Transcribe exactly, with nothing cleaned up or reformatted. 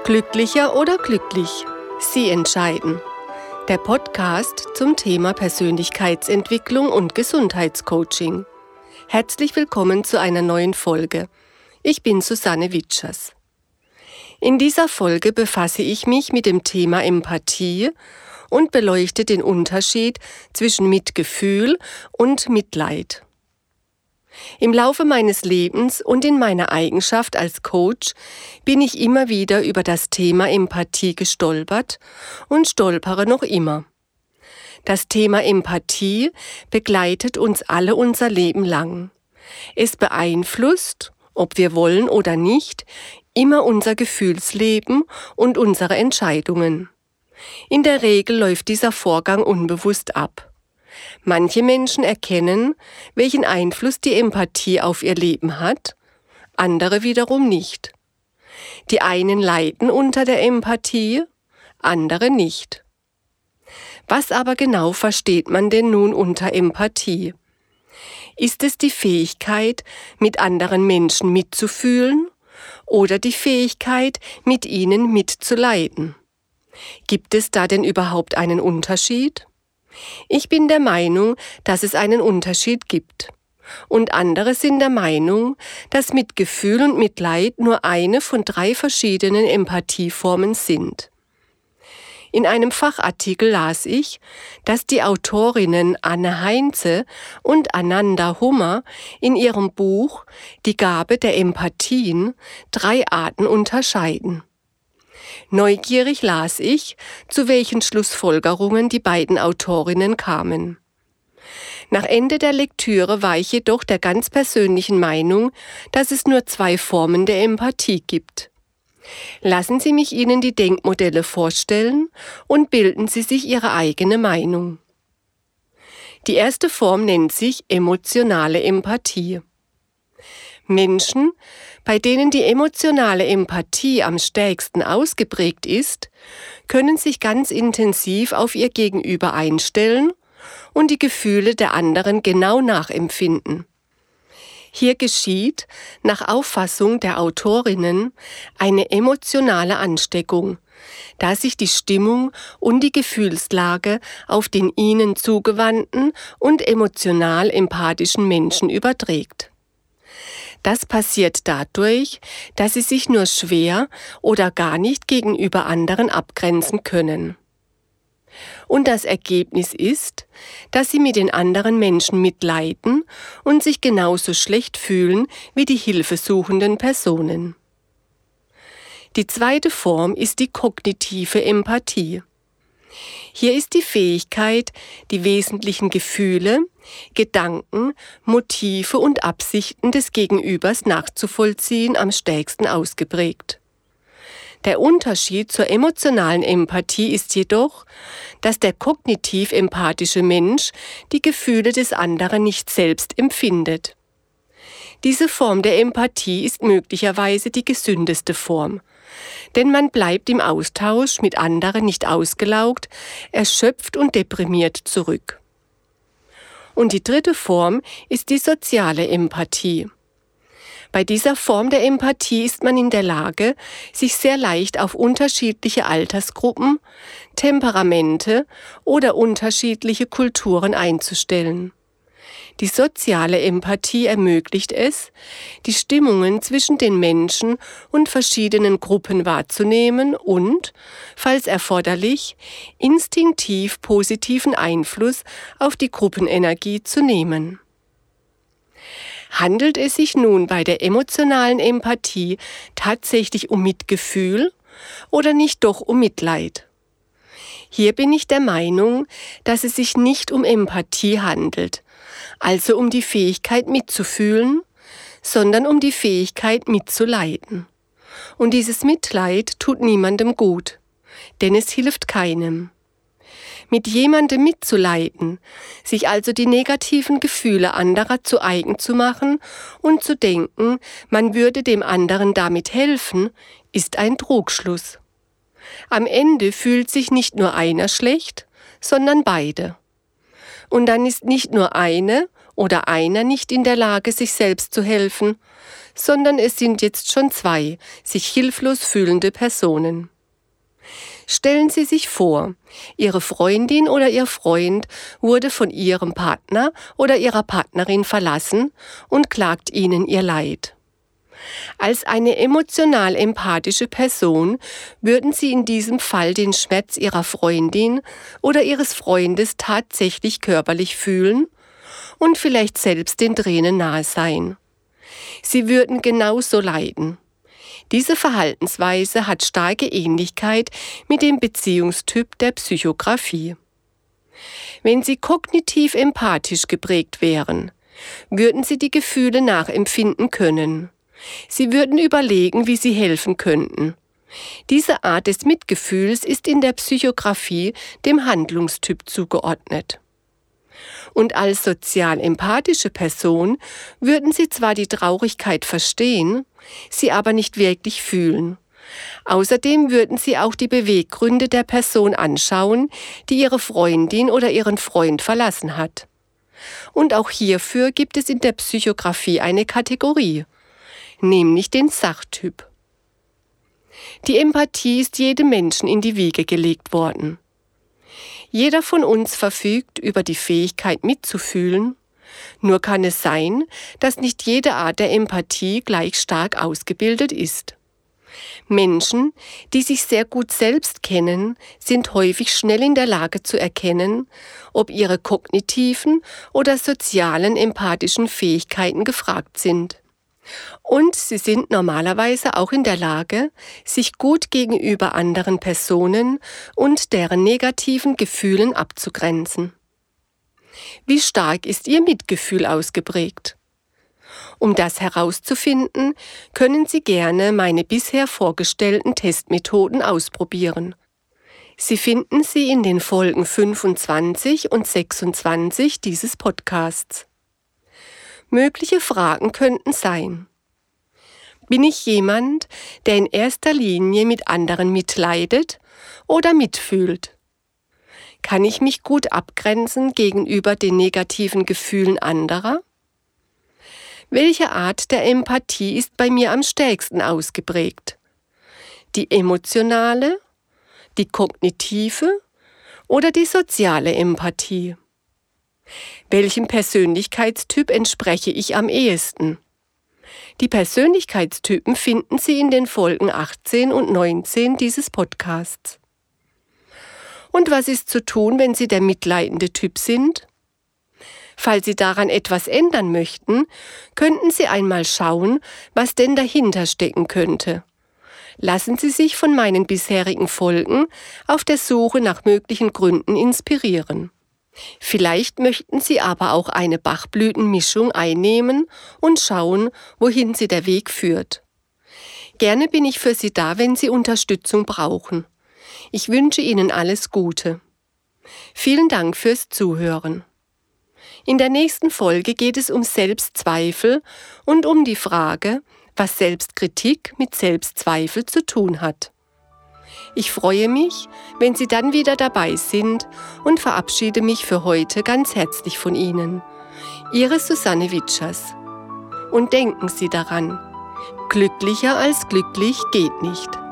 Glücklicher oder glücklich? Sie entscheiden. Der Podcast zum Thema Persönlichkeitsentwicklung und Gesundheitscoaching. Herzlich willkommen zu einer neuen Folge. Ich bin Susanne Witschers. In dieser Folge befasse ich mich mit dem Thema Empathie und beleuchte den Unterschied zwischen Mitgefühl und Mitleid. Im Laufe meines Lebens und in meiner Eigenschaft als Coach bin ich immer wieder über das Thema Empathie gestolpert und stolpere noch immer. Das Thema Empathie begleitet uns alle unser Leben lang. Es beeinflusst, ob wir wollen oder nicht, immer unser Gefühlsleben und unsere Entscheidungen. In der Regel läuft dieser Vorgang unbewusst ab. Manche Menschen erkennen, welchen Einfluss die Empathie auf ihr Leben hat, andere wiederum nicht. Die einen leiden unter der Empathie, andere nicht. Was aber genau versteht man denn nun unter Empathie? Ist es die Fähigkeit, mit anderen Menschen mitzufühlen oder die Fähigkeit, mit ihnen mitzuleiden? Gibt es da denn überhaupt einen Unterschied? Ich bin der Meinung, dass es einen Unterschied gibt. Und andere sind der Meinung, dass Mitgefühl und Mitleid nur eine von drei verschiedenen Empathieformen sind. In einem Fachartikel las ich, dass die Autorinnen Anne Heinze und Ananda Hummer in ihrem Buch Die Gabe der Empathien drei Arten unterscheiden. Neugierig las ich, zu welchen Schlussfolgerungen die beiden Autorinnen kamen. Nach Ende der Lektüre war ich jedoch der ganz persönlichen Meinung, dass es nur zwei Formen der Empathie gibt. Lassen Sie mich Ihnen die Denkmodelle vorstellen und bilden Sie sich Ihre eigene Meinung. Die erste Form nennt sich emotionale Empathie. Menschen, bei denen die emotionale Empathie am stärksten ausgeprägt ist, können sich ganz intensiv auf ihr Gegenüber einstellen und die Gefühle der anderen genau nachempfinden. Hier geschieht, nach Auffassung der Autorinnen, eine emotionale Ansteckung, da sich die Stimmung und die Gefühlslage auf den ihnen zugewandten und emotional empathischen Menschen überträgt. Das passiert dadurch, dass sie sich nur schwer oder gar nicht gegenüber anderen abgrenzen können. Und das Ergebnis ist, dass sie mit den anderen Menschen mitleiden und sich genauso schlecht fühlen wie die hilfesuchenden Personen. Die zweite Form ist die kognitive Empathie. Hier ist die Fähigkeit, die wesentlichen Gefühle, Gedanken, Motive und Absichten des Gegenübers nachzuvollziehen, am stärksten ausgeprägt. Der Unterschied zur emotionalen Empathie ist jedoch, dass der kognitiv empathische Mensch die Gefühle des anderen nicht selbst empfindet. Diese Form der Empathie ist möglicherweise die gesündeste Form, denn man bleibt im Austausch mit anderen nicht ausgelaugt, erschöpft und deprimiert zurück. Und die dritte Form ist die soziale Empathie. Bei dieser Form der Empathie ist man in der Lage, sich sehr leicht auf unterschiedliche Altersgruppen, Temperamente oder unterschiedliche Kulturen einzustellen. Die soziale Empathie ermöglicht es, die Stimmungen zwischen den Menschen und verschiedenen Gruppen wahrzunehmen und, falls erforderlich, instinktiv positiven Einfluss auf die Gruppenenergie zu nehmen. Handelt es sich nun bei der emotionalen Empathie tatsächlich um Mitgefühl oder nicht doch um Mitleid? Hier bin ich der Meinung, dass es sich nicht um Empathie handelt, also um die Fähigkeit mitzufühlen, sondern um die Fähigkeit mitzuleiden. Und dieses Mitleid tut niemandem gut, denn es hilft keinem. Mit jemandem mitzuleiden, sich also die negativen Gefühle anderer zu eigen zu machen und zu denken, man würde dem anderen damit helfen, ist ein Trugschluss. Am Ende fühlt sich nicht nur einer schlecht, sondern beide. Und dann ist nicht nur eine oder einer nicht in der Lage, sich selbst zu helfen, sondern es sind jetzt schon zwei sich hilflos fühlende Personen. Stellen Sie sich vor, Ihre Freundin oder Ihr Freund wurde von Ihrem Partner oder Ihrer Partnerin verlassen und klagt Ihnen ihr Leid. Als eine emotional empathische Person würden Sie in diesem Fall den Schmerz Ihrer Freundin oder Ihres Freundes tatsächlich körperlich fühlen und vielleicht selbst den Tränen nahe sein. Sie würden genauso leiden. Diese Verhaltensweise hat starke Ähnlichkeit mit dem Beziehungstyp der Psychographie. Wenn Sie kognitiv empathisch geprägt wären, würden Sie die Gefühle nachempfinden können. Sie würden überlegen, wie Sie helfen könnten. Diese Art des Mitgefühls ist in der Psychographie dem Handlungstyp zugeordnet. Und als sozial-empathische Person würden Sie zwar die Traurigkeit verstehen, sie aber nicht wirklich fühlen. Außerdem würden Sie auch die Beweggründe der Person anschauen, die Ihre Freundin oder Ihren Freund verlassen hat. Und auch hierfür gibt es in der Psychographie eine Kategorie, nämlich den Sachtyp. Die Empathie ist jedem Menschen in die Wiege gelegt worden. Jeder von uns verfügt über die Fähigkeit mitzufühlen, nur kann es sein, dass nicht jede Art der Empathie gleich stark ausgebildet ist. Menschen, die sich sehr gut selbst kennen, sind häufig schnell in der Lage zu erkennen, ob ihre kognitiven oder sozialen empathischen Fähigkeiten gefragt sind. Und sie sind normalerweise auch in der Lage, sich gut gegenüber anderen Personen und deren negativen Gefühlen abzugrenzen. Wie stark ist Ihr Mitgefühl ausgeprägt? Um das herauszufinden, können Sie gerne meine bisher vorgestellten Testmethoden ausprobieren. Sie finden sie in den Folgen fünfundzwanzig und sechsundzwanzig dieses Podcasts. Mögliche Fragen könnten sein: Bin ich jemand, der in erster Linie mit anderen mitleidet oder mitfühlt? Kann ich mich gut abgrenzen gegenüber den negativen Gefühlen anderer? Welche Art der Empathie ist bei mir am stärksten ausgeprägt? Die emotionale, die kognitive oder die soziale Empathie? Welchem Persönlichkeitstyp entspreche ich am ehesten? Die Persönlichkeitstypen finden Sie in den Folgen achtzehn und neunzehn dieses Podcasts. Und was ist zu tun, wenn Sie der mitleidende Typ sind? Falls Sie daran etwas ändern möchten, könnten Sie einmal schauen, was denn dahinter stecken könnte. Lassen Sie sich von meinen bisherigen Folgen auf der Suche nach möglichen Gründen inspirieren. Vielleicht möchten Sie aber auch eine Bachblütenmischung einnehmen und schauen, wohin Sie der Weg führt. Gerne bin ich für Sie da, wenn Sie Unterstützung brauchen. Ich wünsche Ihnen alles Gute. Vielen Dank fürs Zuhören. In der nächsten Folge geht es um Selbstzweifel und um die Frage, was Selbstkritik mit Selbstzweifel zu tun hat. Ich freue mich, wenn Sie dann wieder dabei sind und verabschiede mich für heute ganz herzlich von Ihnen. Ihre Susanne Witschers. Und denken Sie daran, glücklicher als glücklich geht nicht.